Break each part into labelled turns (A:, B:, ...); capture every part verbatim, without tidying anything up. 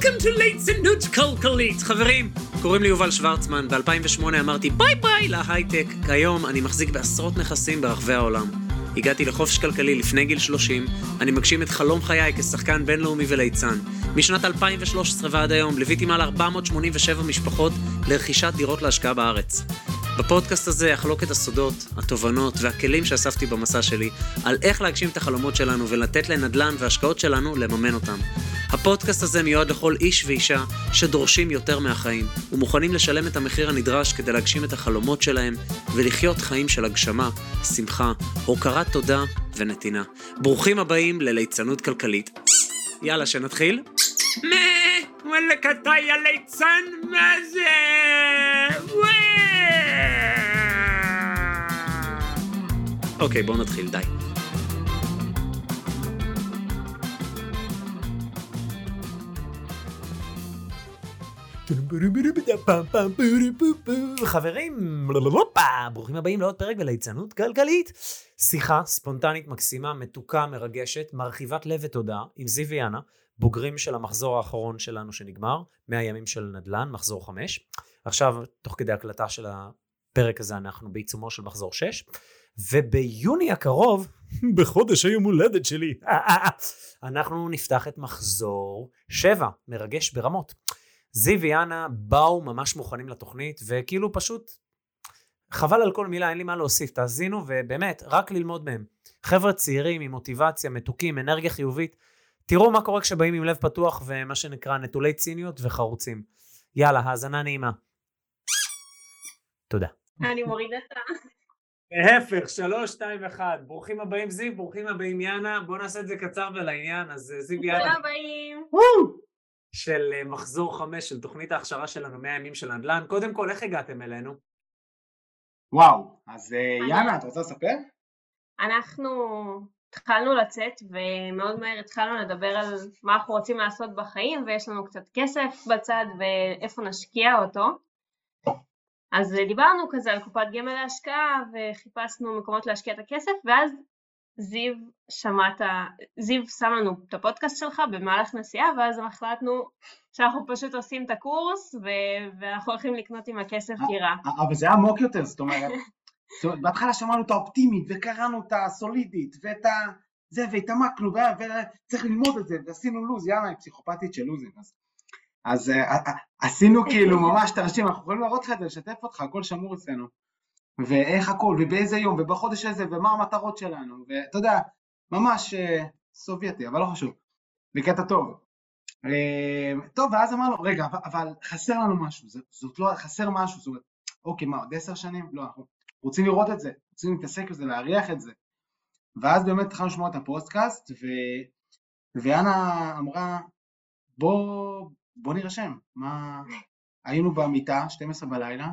A: Welcome to ליצנות כלכלית. חברים, קוראים לי יובל שוורצמן. ב-אלפיים ושמונה אמרתי ביי ביי להייטק. כיום אני מחזיק בעשרות נכסים ברחבי העולם. הגעתי לחופש כלכלי לפני גיל שלושים. אני מגשים את חלום חיי כשחקן בינלאומי וליצן. משנת אלפיים ושלוש עשרה ועד היום לוויתי מעל ארבע מאות שמונים ושבע משפחות לרכישת דירות להשקעה בארץ. בפודקאסט הזה אחלוק את הסודות, התובנות והכלים שאספתי במסע שלי על איך להגשים את החלומות שלנו ולתת לנדל"ן והשקעות שלנו לממן אותם. הפודקאסט הזה מיועד לכל איש ואישה שדורשים יותר מהחיים ומוכנים לשלם את המחיר הנדרש כדי להגשים את החלומות שלהם ולחיות חיים של הגשמה, שמחה, הוקרת תודה ונתינה. ברוכים הבאים לליצנות כלכלית. יאללה, שנתחיל? מה? וואלה קטעי הליצן? מה זה? אוקיי, בואו נתחיל, די.
B: חברים, ברוכים הבאים לעוד פרק בליצנות כלכלית. שיחה ספונטנית מקסימה, מתוקה, מרגשת, מרחיבת לב ותודה עם זיו ויאנה, בוגרים של המחזור האחרון שלנו שנגמר, מאה ימים של נדל"ן, מחזור חמש. עכשיו, תוך כדי הקלטה של הפרק הזה, אנחנו בעיצומו של מחזור שש, וביוני הקרוב, בחודש היום הולדת שלי, אנחנו נפתח את מחזור שבע, מרגש ברמות. זיו ויאנה באו ממש מוכנים לתוכנית, וכאילו פשוט חבל על כל מילה, אין לי מה להוסיף, תאזינו, ובאמת, רק ללמוד מהם. חבר'ה צעירים עם מוטיבציה, מתוקים, אנרגיה חיובית, תראו מה קורה כשבאים עם לב פתוח, ומה שנקרא נטולי ציניות וחרוצים. יאללה, האזנה נעימה. תודה.
C: אני מורידה את ה...
B: להפך, שלוש, שתיים, אחד. ברוכים הבאים זיו, ברוכים הבאים יאנה. בואו נעשה את זה קצר ולעניין. אז זיו יאנה.
C: ברוכים הבאים.
B: של מחזור חמש של תוכנית ההכשרה שלנו, מאה ימים של נדל"ן. קודם כל, איך הגעתם אלינו?
D: וואו, אז יאנה, את רוצה לספר?
C: אנחנו התחלנו לצאת, ומאוד מהר התחלנו לדבר על מה אנחנו רוצים לעשות בחיים, ויש לנו קצת כסף בצד, ואיפה נשקיע אותו. אז דיברנו כזה על קופת גמל להשקעה, וחיפשנו מקומות להשקיע את הכסף, ואז זיו שמעת, זיו שם לנו את הפודקאסט שלך במהלך נסיעה, ואז החלטנו שאנחנו פשוט עושים את הקורס, ו- ואנחנו הולכים לקנות עם הכסף דירה.
D: אבל זה היה עמוק יותר, זאת אומרת, בהתחלה שמענו את האופטימית, וקראנו את הסולידית, ואת ה... זה, והתעמקנו, וצריך ללמוד את זה, ועשינו לוז, יאללה, היא פסיכופתית של לוזים, אז... אז uh, עשינו כאילו ממש את האנשים, אנחנו יכולים לראות לך את זה, לשתף אותך, הכל שמור אצלנו, ואיך הכל, ובאיזה יום, ובחודש הזה, ומה המטרות שלנו, ואתה יודע, ממש uh, סובייטי, אבל לא חשוב, בקטע טוב. Uh, טוב, ואז אמרנו, רגע, אבל, אבל חסר לנו משהו, זאת, זאת לא, חסר משהו, זאת אומרת, אוקיי, מה, עוד עשר שנים? לא, אנחנו רוצים לראות את זה, רוצים להתעסק בזה, להריח את זה, ואז באמת התחלנו לשמוע את הפודקאסט, ו... ויאנה אמרה, בוא... בוא נרשם, מה... היינו במיטה, שתים עשרה בלילה,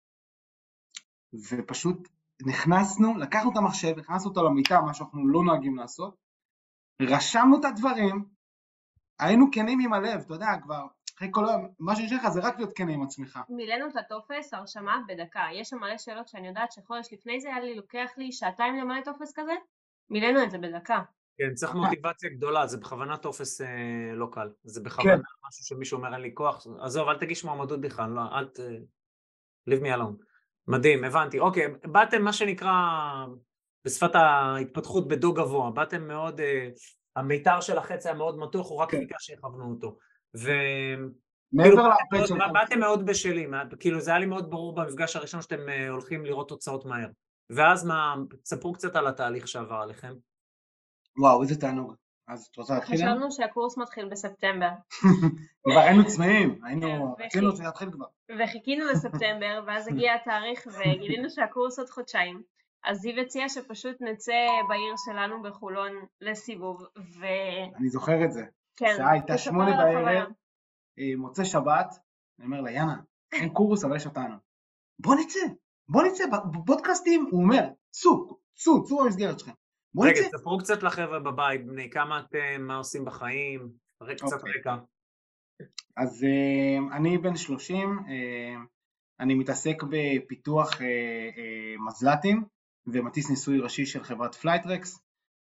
D: ופשוט נכנסנו, לקחנו את המחשב, נכנסנו אותו למיטה, מה שאנחנו לא נוהגים לעשות, רשמנו את הדברים, היינו כנים עם הלב, אתה יודע, כבר, אחרי כל היום, מה שיש לך זה רק להיות כנים עם עצמך.
C: מילאנו את הטופס, הרשמה בדקה, יש שם מלא שאלות שאני יודעת שחודש לפני זה היה לי, לוקח לי שעתיים למלא טופס כזה, מילאנו את זה בדקה.
B: כן, צריך מוטיבציה גדולה, זה בכוונה טופס אה, לא קל, זה בכוונה משהו שמישהו אומר אין לי כוח, עזוב, אל תגיש מועמדות בכלל, לא, אל ת... leave me alone. מדהים, הבנתי, אוקיי, באתם מה שנקרא, בשפת ההתפתחות בדו גבוה, באתם מאוד, אה, המיתר של החץ היה מאוד מתוח, הוא רק כן. חיכה שיכוונו אותו, ו... כאילו, באתם, באתם מאוד בשלי, כאילו זה היה לי מאוד ברור במפגש הראשון שאתם אה, הולכים לראות תוצאות מהר, ואז מה, תספרו קצת על התהליך שעבר עליכם.
D: וואו, איזה תענוג. אז את רוצה להתחיל?
C: חשבנו שהקורס מתחיל בספטמבר.
D: כבר היינו צמאים, היינו, רצינו להתחיל כבר.
C: וחיכינו לספטמבר, ואז הגיע התאריך וגילינו שהקורס עוד חודשיים. אז זיו הציע שפשוט נצא בעיר שלנו בחולון לסיבוב, ו... אני
D: זוכר את זה.
C: כן.
D: שעה הייתה שמונה בערב, מוצא שבת, אני אומר לה, יאנה, אין קורס, אבל יש אותנו. בוא נצא, בוא נצא, בפודקאסטים, הוא אומר, צאו, צאו, צאו במסגרת שלכם.
B: רגע, תספרו קצת לחבר'ה בבית, בני כמה אתם, מה עושים בחיים, רק קצת רקע.
D: אז אני בן שלושים, אני מתעסק בפיתוח מזל"טים, ומטיס ניסוי ראשי של חברת פלייטרקס,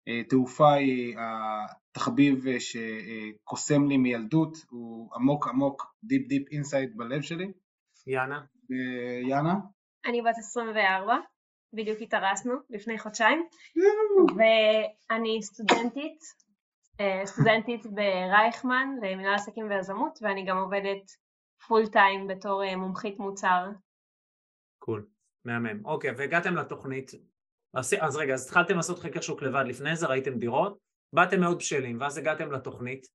D: תעופה היא התחביב שקוסם לי מילדות, הוא עמוק עמוק, דיפ דיפ אינסייד בלב שלי.
B: יאנה?
D: יאנה?
C: אני בת עשרים וארבע, בדיוק התארסנו לפני חודשיים, ואני סטודנטית, סטודנטית ברייכמן למנהל עסקים ויזמות, ואני גם עובדת פול טיים בתור מומחית מוצר.
B: קול, מהמם. אוקיי, והגעתם לתוכנית, אז, אז רגע, אז התחלתם לעשות חקר שוק לבד, לפני זה ראיתם דירות, באתם מאוד בשלים, ואז הגעתם לתוכנית.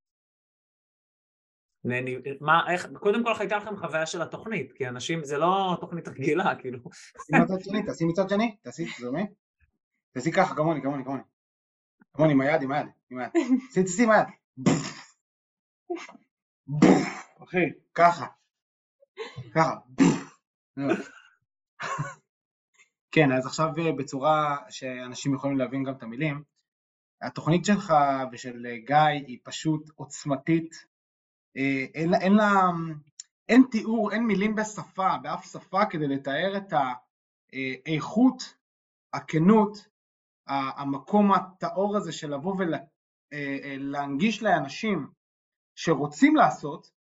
B: נהני, מה, איך, קודם כל הייתה לכם חוויה של התוכנית, כי אנשים, זה לא תוכנית רגילה, כאילו.
D: תעשי מצד שני, תעשי מצד שני, תעשי, זרמי. תעשי ככה, כמוני, כמוני, כמוני. כמוני, עם היד, עם היד, עם היד. תעשי, תעשי עם היד. אחי, ככה. ככה. כן, אז עכשיו בצורה שאנשים יכולים להבין גם את המילים, התוכנית שלך ושל גיא היא פשוט עוצמתית, אין, אין לה, אין תיאור, אין מילים בשפה, באף שפה כדי לתאר את האיכות, הכנות, המקום הטהור הזה של לבוא ולהנגיש לאנשים שרוצים לעשות,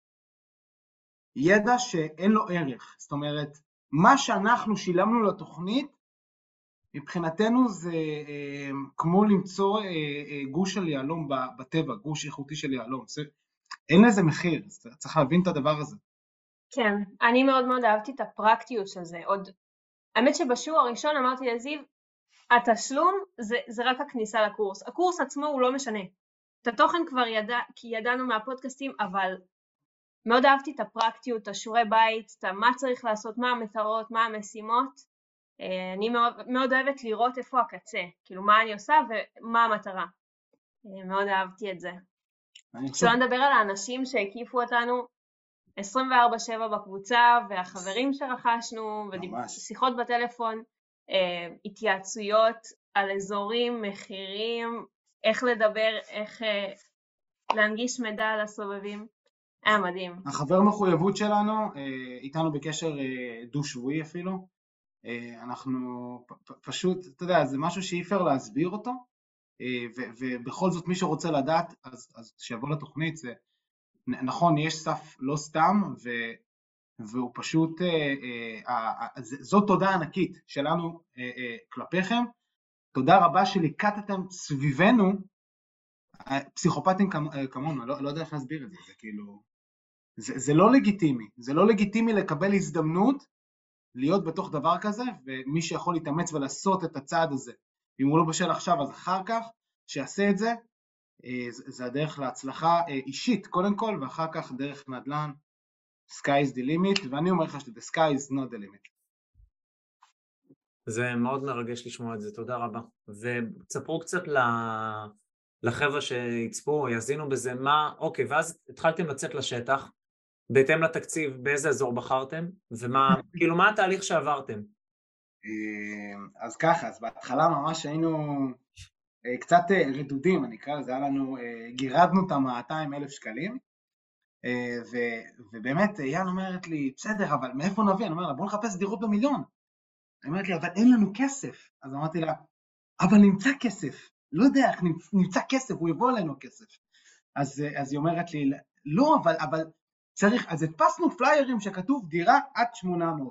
D: ידע שאין לו ערך. זאת אומרת, מה שאנחנו שילמנו לתוכנית, מבחינתנו זה אה, כמו למצוא אה, אה, גוש של יעלום בטבע, גוש איכותי של יעלום. זה, אין לזה מחיר, צריך להבין את הדבר הזה.
C: כן, אני מאוד מאוד אהבתי את הפרקטיות של זה. עוד, האמת שבשיעור הראשון אמרתי לזיו, התשלום זה, זה רק הכניסה לקורס. הקורס עצמו הוא לא משנה. את התוכן כבר ידע, כי ידענו מהפודקאסטים, אבל מאוד אהבתי את הפרקטיות, את השיעורי בית, את מה צריך לעשות, מה המטרות, מה המשימות. אני מאוד, מאוד אוהבת לראות איפה הקצה, כאילו מה אני עושה ומה המטרה. מאוד אהבתי את זה. שלא נדבר על האנשים שהקיפו אותנו עשרים וארבע שבע בקבוצה, והחברים שרכשנו, ושיחות בטלפון, התייעצויות על אזורים, מחירים, איך לדבר, איך להנגיש מידע לסובבים. היה מדהים.
D: החבר מחויבות שלנו, איתנו בקשר דו שבועי אפילו, אנחנו פשוט, אתה יודע, זה משהו שאי אפשר להסביר אותו, ובכל זאת מי שרוצה לדעת, אז, אז שיבוא לתוכנית, זה נכון, יש סף לא סתם, ו, והוא פשוט, זאת תודה ענקית שלנו כלפיכם, תודה רבה שליקטתם סביבנו, פסיכופטים כמונו, לא, לא יודע איך להסביר את זה, זה כאילו, זה, זה לא לגיטימי, זה לא לגיטימי לקבל הזדמנות, להיות בתוך דבר כזה, ומי שיכול להתאמץ ולעשות את הצעד הזה, אם הוא לא בשל עכשיו אז אחר כך, שיעשה את זה, זה הדרך להצלחה אישית קודם כל, ואחר כך דרך נדל"ן, sky is the limit, ואני אומר לך ש-the sky is not the limit.
B: זה מאוד מרגש לשמוע את זה, תודה רבה. ותספרו קצת לחבר'ה שיצפו, יזינו בזה, מה, אוקיי, ואז התחלתם לצאת לשטח, בהתאם לתקציב, באיזה אזור בחרתם, ומה, כאילו, מה התהליך שעברתם?
D: אז ככה, אז בהתחלה ממש היינו קצת רדודים, אני אקרא לזה, היה לנו, גירדנו את ה-מאתיים אלף שקלים, ובאמת, יאן אומרת לי, בסדר, אבל מאיפה נביא? אני אומר לה, בוא נחפש דירות במיליון. היא אומרת לי, אבל אין לנו כסף. אז אמרתי לה, אבל נמצא כסף. לא יודע איך נמצא כסף, הוא יבוא אלינו כסף. אז, אז היא אומרת לי, לא, אבל, אבל צריך, אז הדפסנו פליירים שכתוב דירה עד שמונה מאות.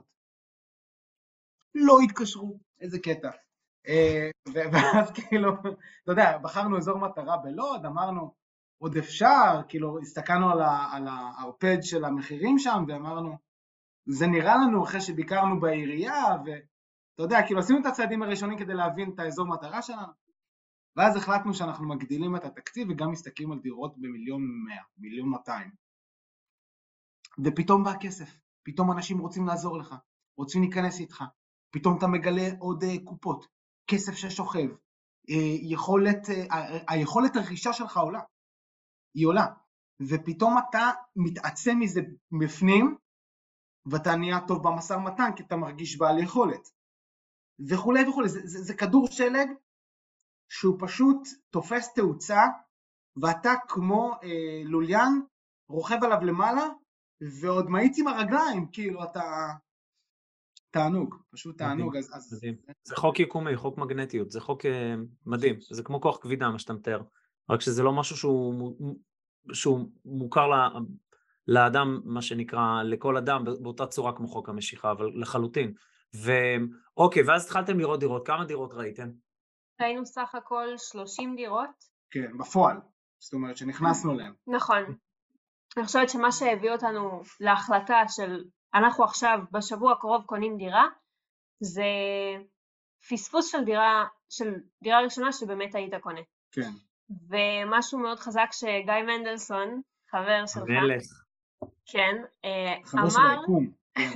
D: לא התקשרו, איזה קטע. ואז כאילו, אתה יודע, בחרנו אזור מטרה בלוד, אמרנו, עוד אפשר, כאילו, הסתכלנו על, ה, על הארפד של המחירים שם, ואמרנו, זה נראה לנו אחרי שביקרנו בעירייה, ואתה יודע, כאילו, עשינו את הצעדים הראשונים כדי להבין את האזור מטרה שלנו, ואז החלטנו שאנחנו מגדילים את התקציב, וגם מסתכלים על דירות במיליון מאה, מיליון מאתיים. ופתאום בא הכסף, פתאום אנשים רוצים לעזור לך, רוצים להיכנס איתך, פתאום אתה מגלה עוד קופות, כסף ששוכב, יכולת, היכולת הרכישה שלך עולה, היא עולה, ופתאום אתה מתעצם מזה בפנים, ואתה נהיה טוב במשא ומתן, כי אתה מרגיש בעל יכולת, וכולי וכולי, זה, זה, זה כדור שלג, שהוא פשוט תופס תאוצה, ואתה כמו אה, לוליין, רוכב עליו למעלה, ועוד מאיץ עם הרגליים, כאילו אתה, תענוג, פשוט תענוג.
B: מדהים,
D: אז, אז...
B: מדהים. זה חוק יקומי, חוק מגנטיות, זה חוק אה, מדהים, זה כמו כוח כבידה, מה שאתה מתאר, רק שזה לא משהו שהוא, מו- שהוא מוכר ל- לאדם, מה שנקרא, לכל אדם, באותה צורה כמו חוק המשיכה, אבל לחלוטין. ואוקיי, ואז התחלתם לראות דירות, כמה דירות ראיתם?
C: ראינו סך הכל שלושים דירות.
D: כן, בפועל, זאת אומרת שנכנסנו להם.
C: נכון. אני חושבת שמה שהביא אותנו להחלטה של אנחנו עכשיו בשבוע הקרוב קונים דירה, זה פספוס של דירה, של דירה ראשונה שבאמת היית קונה.
D: כן.
C: ומשהו מאוד חזק שגיא מנדלסון, חבר שלך,
B: המלך.
C: כן,
D: חבר של
C: אמר,
D: היקום.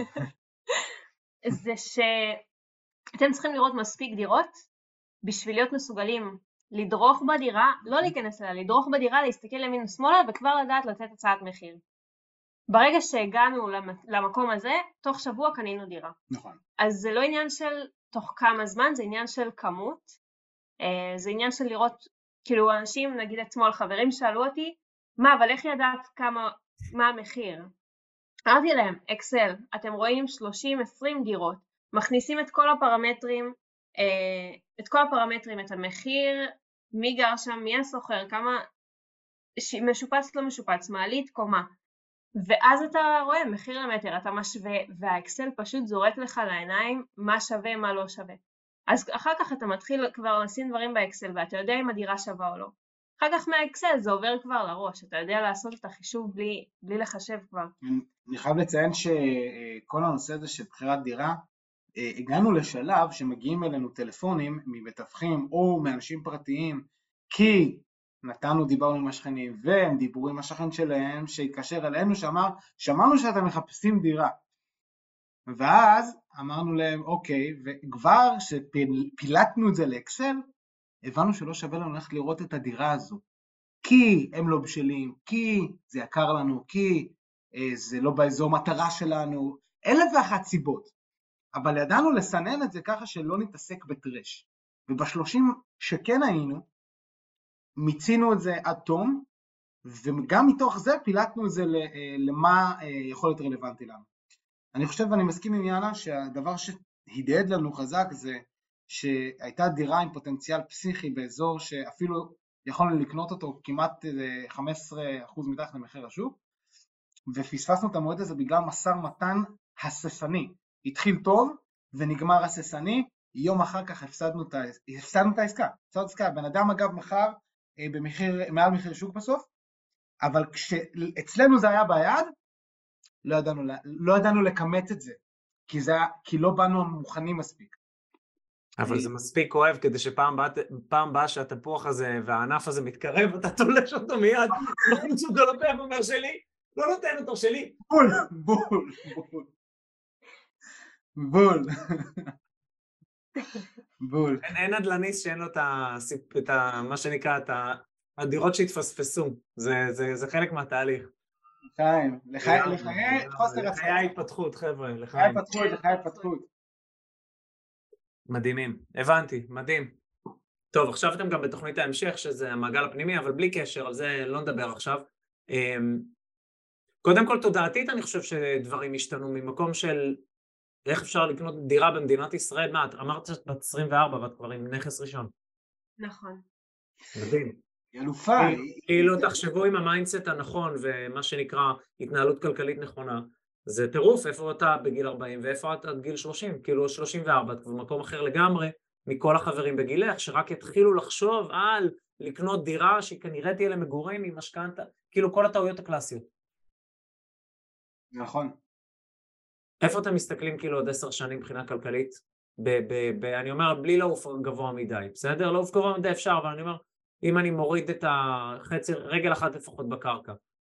C: זה שאתם צריכים לראות מספיק דירות, בשביל להיות מסוגלים לדרוך בדירה, לא להיכנס אליה, לדרוך בדירה, להסתכל ימין ושמאלה, וכבר לדעת לתת הצעת מחיר. ברגע שהגענו למקום הזה, תוך שבוע קנינו דירה.
D: נכון.
C: אז זה לא עניין של תוך כמה זמן, זה עניין של כמות, זה עניין של לראות, כאילו אנשים, נגיד אתמול, חברים שאלו אותי, מה, אבל איך ידעת כמה, מה המחיר? אמרתי להם, אקסל, אתם רואים שלושים עשרים דירות, מכניסים את כל הפרמטרים, את כל הפרמטרים, את המחיר, מי גר שם, מי הסוחר, כמה משופץ לא משופץ, מעלית, קומה, ואז אתה רואה מחיר למטר, אתה משווה, והאקסל פשוט זורק לך לעיניים מה שווה, מה לא שווה. אז אחר כך אתה מתחיל כבר לשים דברים באקסל, ואתה יודע אם הדירה שווה או לא. אחר כך מהאקסל זה עובר כבר לראש, אתה יודע לעשות את החישוב בלי, בלי לחשב כבר.
D: אני חייב לציין שכל הנושא הזה של בחירת דירה, הגענו לשלב שמגיעים אלינו טלפונים ממתווכים או מאנשים פרטיים, כי נתנו, דיברנו עם השכנים, והם דיברו עם השכן שלהם שהתקשר אלינו שאמר, שמענו שאתם מחפשים דירה. ואז אמרנו להם, אוקיי, וכבר שפילטנו את זה לאקסל, הבנו שלא שווה לנו ללכת לראות את הדירה הזו. כי הם לא בשלים, כי זה יקר לנו, כי אה, זה לא באזור מטרה שלנו, אלף ואחת סיבות. אבל ידענו לסנן את זה ככה שלא נתעסק בטרש. ובשלושים שכן היינו, מיצינו את זה עד תום, וגם מתוך זה פילטנו את זה למה יכול להיות רלוונטי לנו. אני חושב ואני מסכים עם יאנה שהדבר שהדהד לנו חזק זה שהייתה דירה עם פוטנציאל פסיכי באזור שאפילו יכולנו לקנות אותו כמעט חמישה עשר אחוז מתחת למחיר השוק, ופספסנו את המועד הזה בגלל מסר מתן הססני. התחיל טוב ונגמר הססני, יום אחר כך הפסדנו את, הפסדנו את העסקה. הפסדנו את העסקה. בן אדם אגב מחר במחיר, מעל מחיר שוק בסוף, אבל כשאצלנו זה היה ביד, לא ידענו, לא ידענו לקמת את זה, כי, זה, כי לא באנו מוכנים מספיק.
B: אבל זה מספיק כואב כדי שפעם פעם באה שהתפוח הזה והענף הזה מתקרב, אתה תולש אותו מיד, מכניס אותו לפה ואומר שלי, לא נותן אותו שלי.
D: בול, בול, בול. בול. בול.
B: אין, אין נדל"ניסט שאין לו את, הסיפ, את ה, מה שנקרא, את הדירות שהתפספסו, זה, זה, זה חלק מהתהליך.
D: לחיים, לחיים, לחיי חוסר הצלחה.
B: לחיי ההתפתחות, חבר'ה, לחיים.
D: לחיי ההתפתחות, לחיי ההתפתחות.
B: מדהימים, הבנתי, מדהים. טוב, עכשיו אתם גם בתוכנית ההמשך, שזה המעגל הפנימי, אבל בלי קשר, על זה לא נדבר עכשיו. קודם כל, תודעתית, אני חושב שדברים השתנו ממקום של איך אפשר לקנות דירה במדינת ישראל. מה, את אמרת שאת בת עשרים וארבע, ואת כבר עם נכס ראשון.
C: נכון.
B: מדהים.
D: היא אלופה.
B: כאילו, תחשבו עם המיינדסט הנכון, ומה שנקרא התנהלות כלכלית נכונה, זה טירוף, איפה אתה בגיל ארבעים, ואיפה אתה בגיל שלושים, כאילו שלושים וארבע, את כבר במקום אחר לגמרי, מכל החברים בגילך, שרק התחילו לחשוב על לקנות דירה, שהיא כנראה תהיה למגורים עם משכנתא, כאילו כל הטעויות הקלאסיות.
D: נכון.
B: איפה אתם מסתכלים כאילו עוד עשר שנים מבחינה כלכלית? ב- ב- ב- אני אומר, בלי לעוף גבוה מדי, בסדר? לעוף גבוה מדי אפשר, אבל אני אומר, אם אני מוריד את החצי, רגל אחת לפחות בקרקע.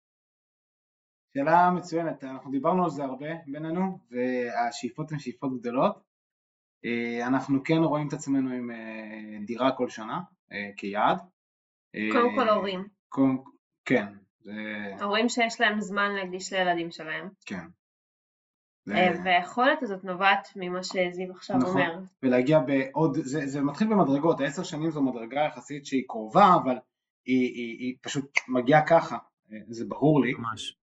D: שאלה מצוינת, אנחנו דיברנו על זה הרבה בינינו, והשאיפות הן שאיפות גדולות. אנחנו כן רואים את עצמנו עם דירה כל שנה, כיעד.
C: קודם כל הורים.
D: כן.
C: הורים שיש להם זמן להקדיש לילדים שלהם.
D: כן.
C: והיכולת הזאת נובעת ממה שזיו עכשיו אומר.
D: ולהגיע בעוד, זה מתחיל במדרגות, העשר שנים זו מדרגה יחסית שהיא קרובה, אבל היא פשוט מגיעה ככה, זה ברור לי.
B: ממש.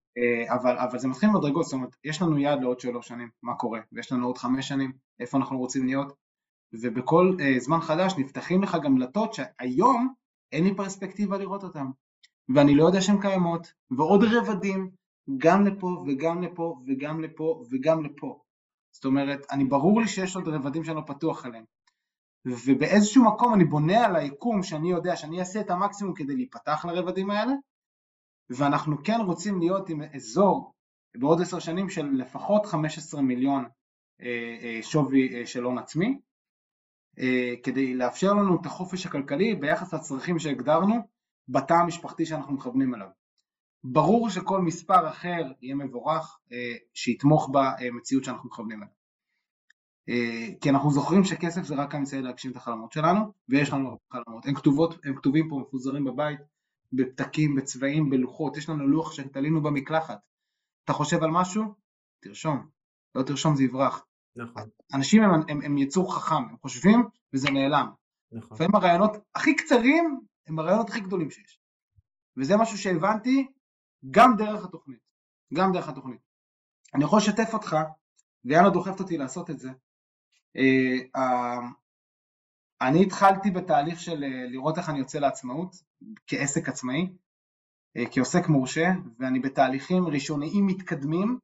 D: אבל, אבל זה מתחיל מדרגות, זאת אומרת, יש לנו יעד לעוד שלוש שנים, מה קורה, ויש לנו עוד חמש שנים, איפה אנחנו רוצים להיות, ובכל uh, זמן חדש נפתחים לך גם דלתות שהיום אין לי פרספקטיבה לראות אותם, ואני לא יודע שהן קיימות, ועוד רבדים, גם לפה וגם לפה וגם לפה וגם לפה. זאת אומרת, אני ברור לי שיש עוד רבדים שאני לא פתוח עליהם, ובאיזשהו מקום אני בונה על היקום שאני יודע שאני אעשה את המקסימום כדי להיפתח לרבדים האלה, ואנחנו כן רוצים להיות עם אזור בעוד עשר שנים של לפחות חמישה עשר מיליון אה, אה, שווי אה, של הון עצמי, אה, כדי לאפשר לנו את החופש הכלכלי ביחס לצרכים שהגדרנו בתא המשפחתי שאנחנו מכוונים אליו. ברור שכל מספר אחר יהיה מבורך, אה, שיתמוך במציאות שאנחנו מכוונים אליו. אה, כי אנחנו זוכרים שכסף זה רק האמצעי להגשים את החלומות שלנו, ויש לנו חלומות. הם כתובות, הם כתובים פה מפוזרים בבית, בפתקים, בצבעים, בלוחות, יש לנו לוח שתלינו במקלחת. אתה חושב על משהו? תרשום. לא תרשום זה יברח.
B: נכון.
D: אנשים הם, הם, הם יצור חכם, הם חושבים וזה נעלם.
B: נכון.
D: לפעמים הרעיונות הכי קצרים הם הרעיונות הכי גדולים שיש. וזה משהו שהבנתי גם דרך התוכנית. גם דרך התוכנית. אני יכול לשתף אותך, ויאנה דוחפת אותי לעשות את זה. אה, אה, אני התחלתי בתהליך של לראות איך אני יוצא לעצמאות, כעסק עצמאי, כעוסק מורשה, ואני בתהליכים ראשוניים מתקדמים,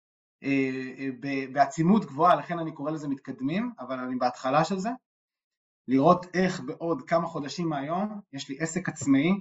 D: בעצימות גבוהה, לכן אני קורא לזה מתקדמים, אבל אני בהתחלה של זה, לראות איך בעוד כמה חודשים מהיום, יש לי עסק עצמאי,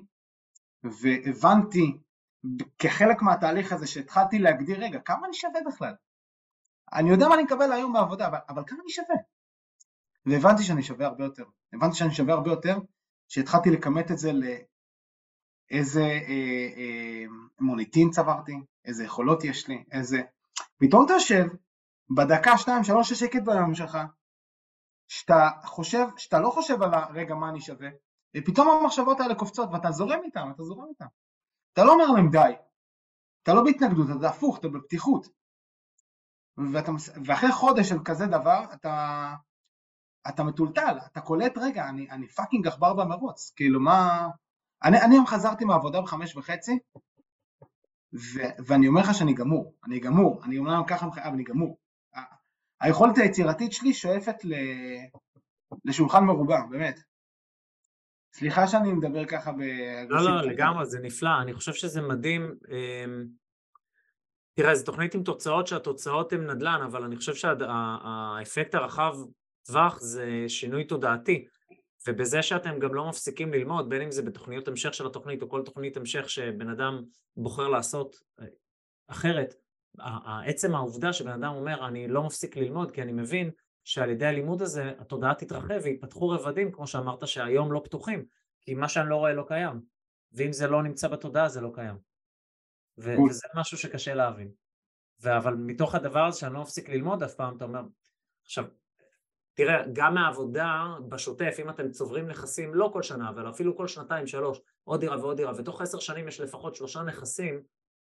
D: והבנתי כחלק מהתהליך הזה, שהתחלתי להגדיר, רגע, כמה אני שווה בכלל? אני יודע מה אני מקבל היום בעבודה, אבל, אבל כמה אני שווה? והבנתי שאני שווה הרבה יותר. הבנתי שאני שווה הרבה יותר, שהתחלתי לקמת את זה לאיזה אה, אה, מוניטין צברתי, איזה יכולות יש לי, איזה... פתאום אתה יושב, בדקה, שתיים, שלוש, שש שקט ביום שלך, שאתה חושב, שאתה לא חושב על הרגע מה אני שווה, ופתאום המחשבות האלה קופצות, ואתה זורם איתם, אתה זורם איתם. אתה לא אומר להם די, אתה לא בהתנגדות, אתה הפוך, אתה בפתיחות. ואתה, ואחרי חודש של כזה דבר, אתה... אתה מטולטל, אתה קולט, רגע, אני, אני פאקינג אכבר במרוץ, כאילו מה, אני, אני היום חזרתי מהעבודה בחמש וחצי, ו, ואני אומר לך שאני גמור, אני גמור, אני אומנם ככה מחייב, אבל אני גמור. היכולת היצירתית שלי שואפת ל, לשולחן מרובע, באמת. סליחה שאני מדבר ככה
B: לא, לא, לגמרי, זה נפלא, אני חושב שזה מדהים, תראה, זו תוכנית עם תוצאות, שהתוצאות הן נדל"ן, אבל אני חושב שהאפקט הרחב, טווח זה שינוי תודעתי, ובזה שאתם גם לא מפסיקים ללמוד, בין אם זה בתוכניות המשך של התוכנית, או כל תוכנית המשך שבן אדם בוחר לעשות אחרת, העצם העובדה שבן אדם אומר, אני לא מפסיק ללמוד, כי אני מבין שעל ידי הלימוד הזה, התודעה תתרחב, ויפתחו רבדים, כמו שאמרת שהיום לא פתוחים, כי מה שאני לא רואה לא קיים, ואם זה לא נמצא בתודעה, זה לא קיים. ו- וזה משהו שקשה להבין. אבל מתוך הדבר הזה שאני לא מפסיק ללמוד, אף פעם אתה אומר, עכשיו, תראה, גם מהעבודה בשוטף, אם אתם צוברים נכסים, לא כל שנה, אבל אפילו כל שנתיים, שלוש, עוד דירה ועוד דירה, ותוך עשר שנים יש לפחות שלושה נכסים,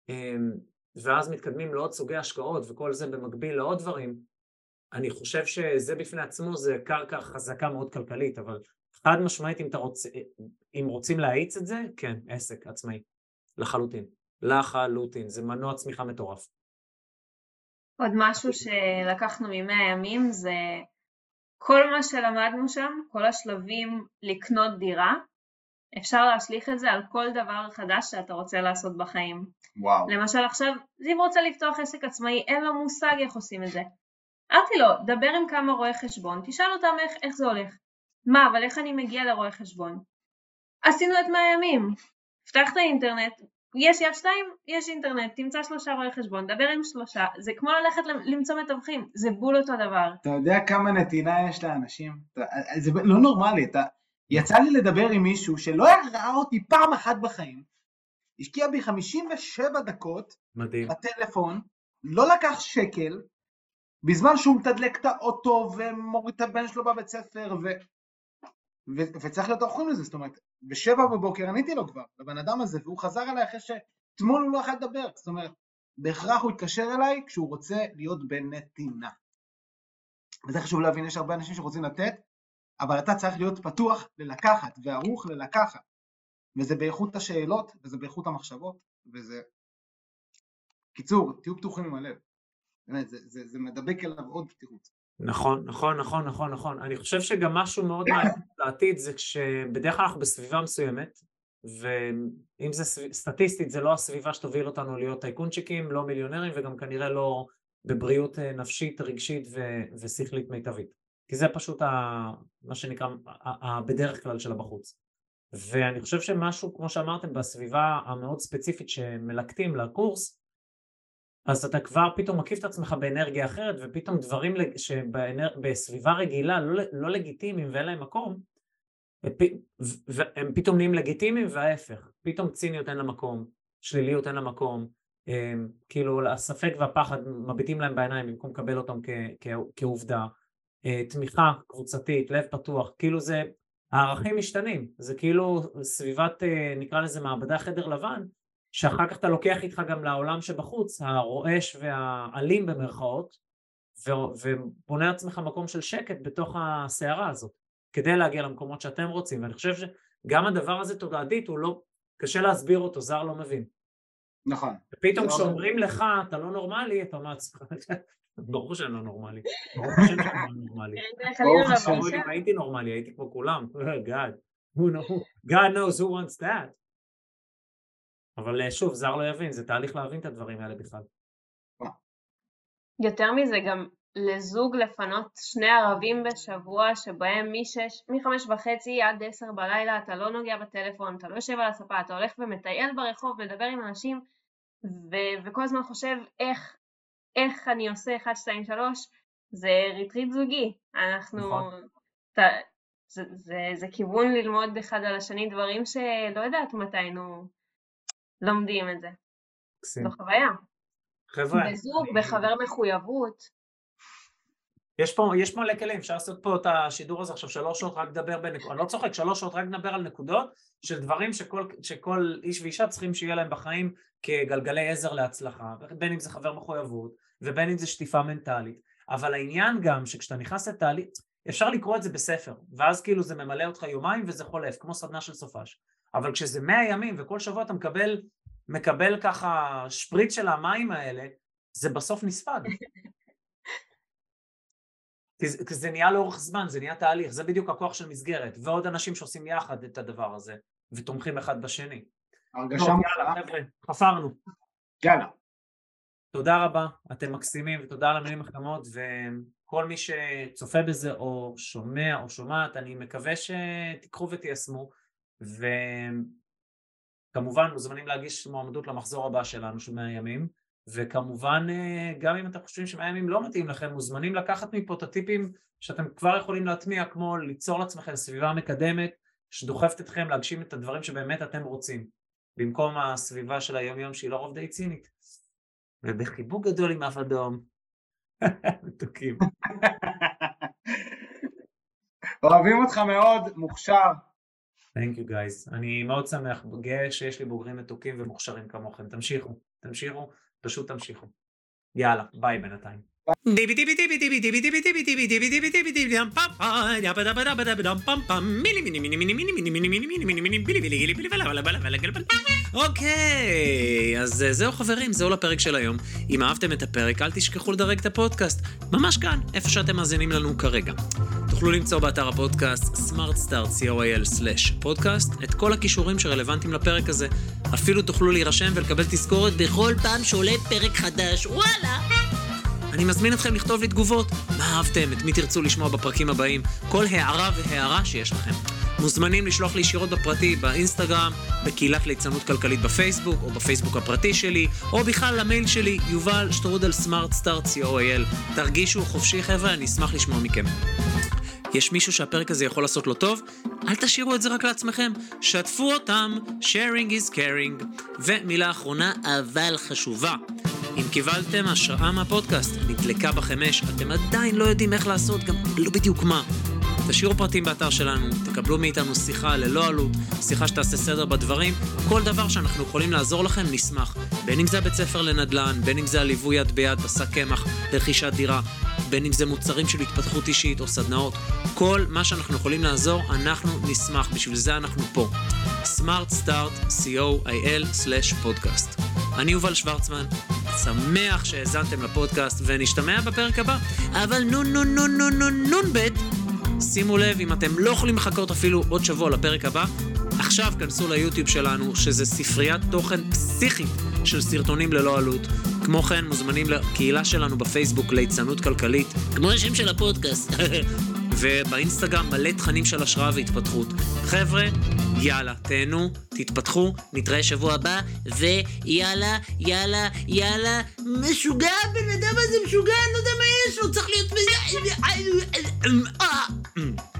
B: ואז מתקדמים לעוד סוגי השקעות, וכל זה במקביל לעוד דברים, אני חושב שזה בפני עצמו, זה קרקע חזקה מאוד כלכלית, אבל חד משמעית, אם, רוצ... אם רוצים להאיץ את זה, כן, עסק עצמאי, לחלוטין, לחלוטין, זה מנוע צמיחה מטורף.
C: עוד משהו שלקחנו ממאה ימים, זה כל מה שלמדנו שם, כל השלבים לקנות דירה, אפשר להשליך את זה על כל דבר חדש שאתה רוצה לעשות בחיים.
D: וואו.
C: למשל עכשיו, זיו רוצה לפתוח עסק עצמאי, אין לו מושג איך עושים את זה. אמרתי לו, דבר עם כמה רואי חשבון, תשאל אותם איך, איך זה הולך. מה, אבל איך אני מגיע לרואי חשבון? עשינו את מאה ימים, פתח את האינטרנט, יש יד שתיים, יש אינטרנט, תמצא שלושה רואי חשבון, דבר עם שלושה, זה כמו ללכת למצוא מתווכים, זה בול אותו דבר.
D: אתה יודע כמה נתינה יש לאנשים? זה לא נורמלי, אתה... יצא לי לדבר עם מישהו שלא ראה אותי פעם אחת בחיים, השקיע בי חמישים ושבע דקות
B: מדהים.
D: בטלפון, לא לקח שקל, בזמן שהוא מתדלק את האוטו ומוריד את הבן שלו בבית ספר, ו... ו... וצריך להיות אורחים לזה, זאת אומרת, בשבע בבוקר עניתי לו כבר, לבן אדם הזה, והוא חזר אליי אחרי שתמול הוא לא יכול לדבר, זאת אומרת, בהכרח הוא התקשר אליי כשהוא רוצה להיות בנתינה. וזה חשוב להבין, יש הרבה אנשים שרוצים לתת, אבל אתה צריך להיות פתוח ללקחת, וערוך ללקחת, וזה באיכות השאלות, וזה באיכות המחשבות, וזה קיצור, תהיו פתוחים עם הלב. באמת, זה, זה, זה מדבק אליו עוד פתיחות.
B: נכון, נכון, נכון, נכון, נכון. אני חושב שגם משהו מאוד מעניין לעתיד זה כשבדרך כלל אנחנו בסביבה מסוימת, ואם זה סטטיסטית, זה לא הסביבה שתוביל אותנו להיות טייקונצ'יקים, לא מיליונרים, וגם כנראה לא בבריאות נפשית, רגשית ו- ושכלית מיטבית. כי זה פשוט ה- מה שנקרא ה- ה- בדרך כלל שלה בחוץ. ואני חושב שמשהו, כמו שאמרתם, בסביבה המאוד ספציפית שמלקטים לקורס, אז אתה כבר פתאום מקיף את עצמך באנרגיה אחרת, ופתאום דברים שבסביבה רגילה לא, לא לגיטימיים ואין להם מקום, והם פתאום נהיים לגיטימיים וההפך, פתאום ציניות אין לה מקום, שליליות אין לה מקום, כאילו הספק והפחד מביטים להם בעיניים במקום לקבל אותם כ- כ- כעובדה, תמיכה קבוצתית, לב פתוח, כאילו זה, הערכים משתנים, זה כאילו סביבת, נקרא לזה מעבדה חדר לבן, שאחר כך אתה לוקח איתך גם לעולם שבחוץ, הרועש והאלים במרכאות, ובונה עצמך מקום של שקט בתוך הסערה הזאת, כדי להגיע למקומות שאתם רוצים, ואני חושב שגם הדבר הזה תודעתית, הוא לא, קשה להסביר אותו, זר לא מבין.
D: נכון.
B: ופתאום כשאומרים לך, אתה לא נורמלי, אתה אומר, ברור שאני לא נורמלי, ברור שאני לא נורמלי. אם הייתי נורמלי, הייתי כמו כולם, God, God knows who wants that. אבל שוב, זר לא יבין, זה תהליך להבין את הדברים האלה בכלל.
C: יותר מזה, גם לזוג לפנות שני ערבים בשבוע, שבהם משש, מחמש וחצי עד עשר בלילה, אתה לא נוגע בטלפון, אתה לא יושב על הספה, אתה הולך ומטייל ברחוב, מדבר עם אנשים, ו- וכל הזמן חושב איך, איך אני עושה אחד, שתיים, שלוש, זה ריטריט זוגי. אנחנו, ת, זה, זה, זה כיוון ללמוד אחד על השני דברים שלא יודעת מתי היינו לומדים את זה. זו חוויה.
B: חבר'ה.
C: בזוג, בחבר מחויבות.
B: יש פה, יש פה מלא כלים, אפשר לעשות פה את השידור הזה עכשיו שלוש שעות רק לדבר בנקודות, אני לא צוחק, שלוש שעות רק לדבר על נקודות של דברים שכל, שכל איש ואישה צריכים שיהיה להם בחיים כגלגלי עזר להצלחה, בין אם זה חבר מחויבות ובין אם זה שטיפה מנטלית, אבל העניין גם שכשאתה נכנס לתהליך, אפשר לקרוא את זה בספר, ואז כאילו זה ממלא אותך יומיים וזה חולף, כמו סדנה של סופש, אבל כשזה מאה ימים וכל שבוע אתה מקבל, מקבל ככה שפריץ של המים האלה, זה בסוף נספג. כי זה, כי זה נהיה לאורך זמן, זה נהיה תהליך, זה בדיוק הכוח של מסגרת, ועוד אנשים שעושים יחד את הדבר הזה, ותומכים אחד בשני.
D: הרגשה
B: טוב, יאללה, חבר'ה, חפרנו.
D: יאללה.
B: תודה רבה, אתם מקסימים, ותודה על המילים החכמות, וכל מי שצופה בזה, או שומע או שומעת, אני מקווה שתיקחו ותיישמו, וכמובן מוזמנים להגיש מועמדות למחזור הבא שלנו, של מאה ימים, וכמובן גם אם אתם חושבים שמאה ימים לא מתאים לכם, מוזמנים לקחת מפה את הטיפים שאתם כבר יכולים להטמיע, כמו ליצור לעצמכם סביבה מקדמת שדוחפת אתכם להגשים את הדברים שבאמת אתם רוצים, במקום הסביבה של היום יום שהיא לא רוב די צינית. ובחיבוק גדול עם אף אדום. מתוקים.
D: אוהבים אותך מאוד, מוכשר.
B: Thank you guys. אני מאוד שמח, גאה שיש לי בוגרים מתוקים ומוכשרים כמוכם. תמשיכו, תמשיכו. פשוט תמשיכו. יאללה, ביי בינתיים.
A: אוקיי, אז זהו חברים, זהו לפרק של היום. אם אהבתם את הפרק, אל תשכחו לדרג את הפודקאסט, ממש כאן, איפה שאתם מאזינים לנו כרגע. תוכלו למצוא באתר הפודקאסט smartstart co.il סלש פודקאסט את כל הכישורים שרלוונטיים לפרק הזה. אפילו תוכלו להירשם ולקבל תזכורת בכל פעם שעולה פרק חדש. וואלה! אני מזמין אתכם לכתוב לי תגובות, מה אהבתם, את מי תרצו לשמוע בפרקים הבאים, כל הערה והערה שיש לכם. מוזמנים לשלוח לי ישירות בפרטי, באינסטגרם, בקהילת ליצנות כלכלית בפייסבוק, או בפייסבוק הפרטי שלי, או בכלל למייל שלי, יובל שטרודל סמארטסטארט קו איי אל. תרגישו חופשי חבר'ה, אני אשמח לשמוע מכם. יש מישהו שהפרק הזה יכול לעשות לו טוב? אל תשאירו את זה רק לעצמכם, שתפו אותם, sharing is caring. ומילה אחרונה, אבל חשובה. אם קיבלתם השראה מהפודקאסט, נדלקה בחמש, אתם עדיין לא יודעים איך לעשות, גם לא בדיוק מה. תשאירו פרטים באתר שלנו, תקבלו מאיתנו שיחה ללא עלות, שיחה שתעשה סדר בדברים, כל דבר שאנחנו יכולים לעזור לכם נשמח. בין אם זה בית ספר לנדל"ן, בין אם זה הליווי יד ביד, בשק קמח, לרכישת דירה, בין אם זה מוצרים של התפתחות אישית או סדנאות, כל מה שאנחנו יכולים לעזור, אנחנו נשמח, בשביל זה אנחנו פה. smartstart co.il סלש פודקאסט. אני יובל שוורצמן, שמח שהאזנתם לפודקאסט ונשתמע בפרק הבא. אבל נו נו נו נו נו נו בית, שימו לב, אם אתם לא יכולים לחכות אפילו עוד שבוע לפרק הבא, עכשיו כנסו ליוטיוב שלנו, שזה ספריית תוכן פסיכית של סרטונים ללא עלות. כמו כן, מוזמנים לקהילה שלנו בפייסבוק ליצנות כלכלית, כמו השם של הפודקאסט. ובאינסטגרם מלא תכנים של השראה והתפתחות. חבר'ה, יאללה, תהנו, תתפתחו, נתראה שבוע הבא, ויאללה, יאללה, יאללה, משוגע, בן אדם הזה משוגע, אני לא יודע מה יש לו, צריך להיות...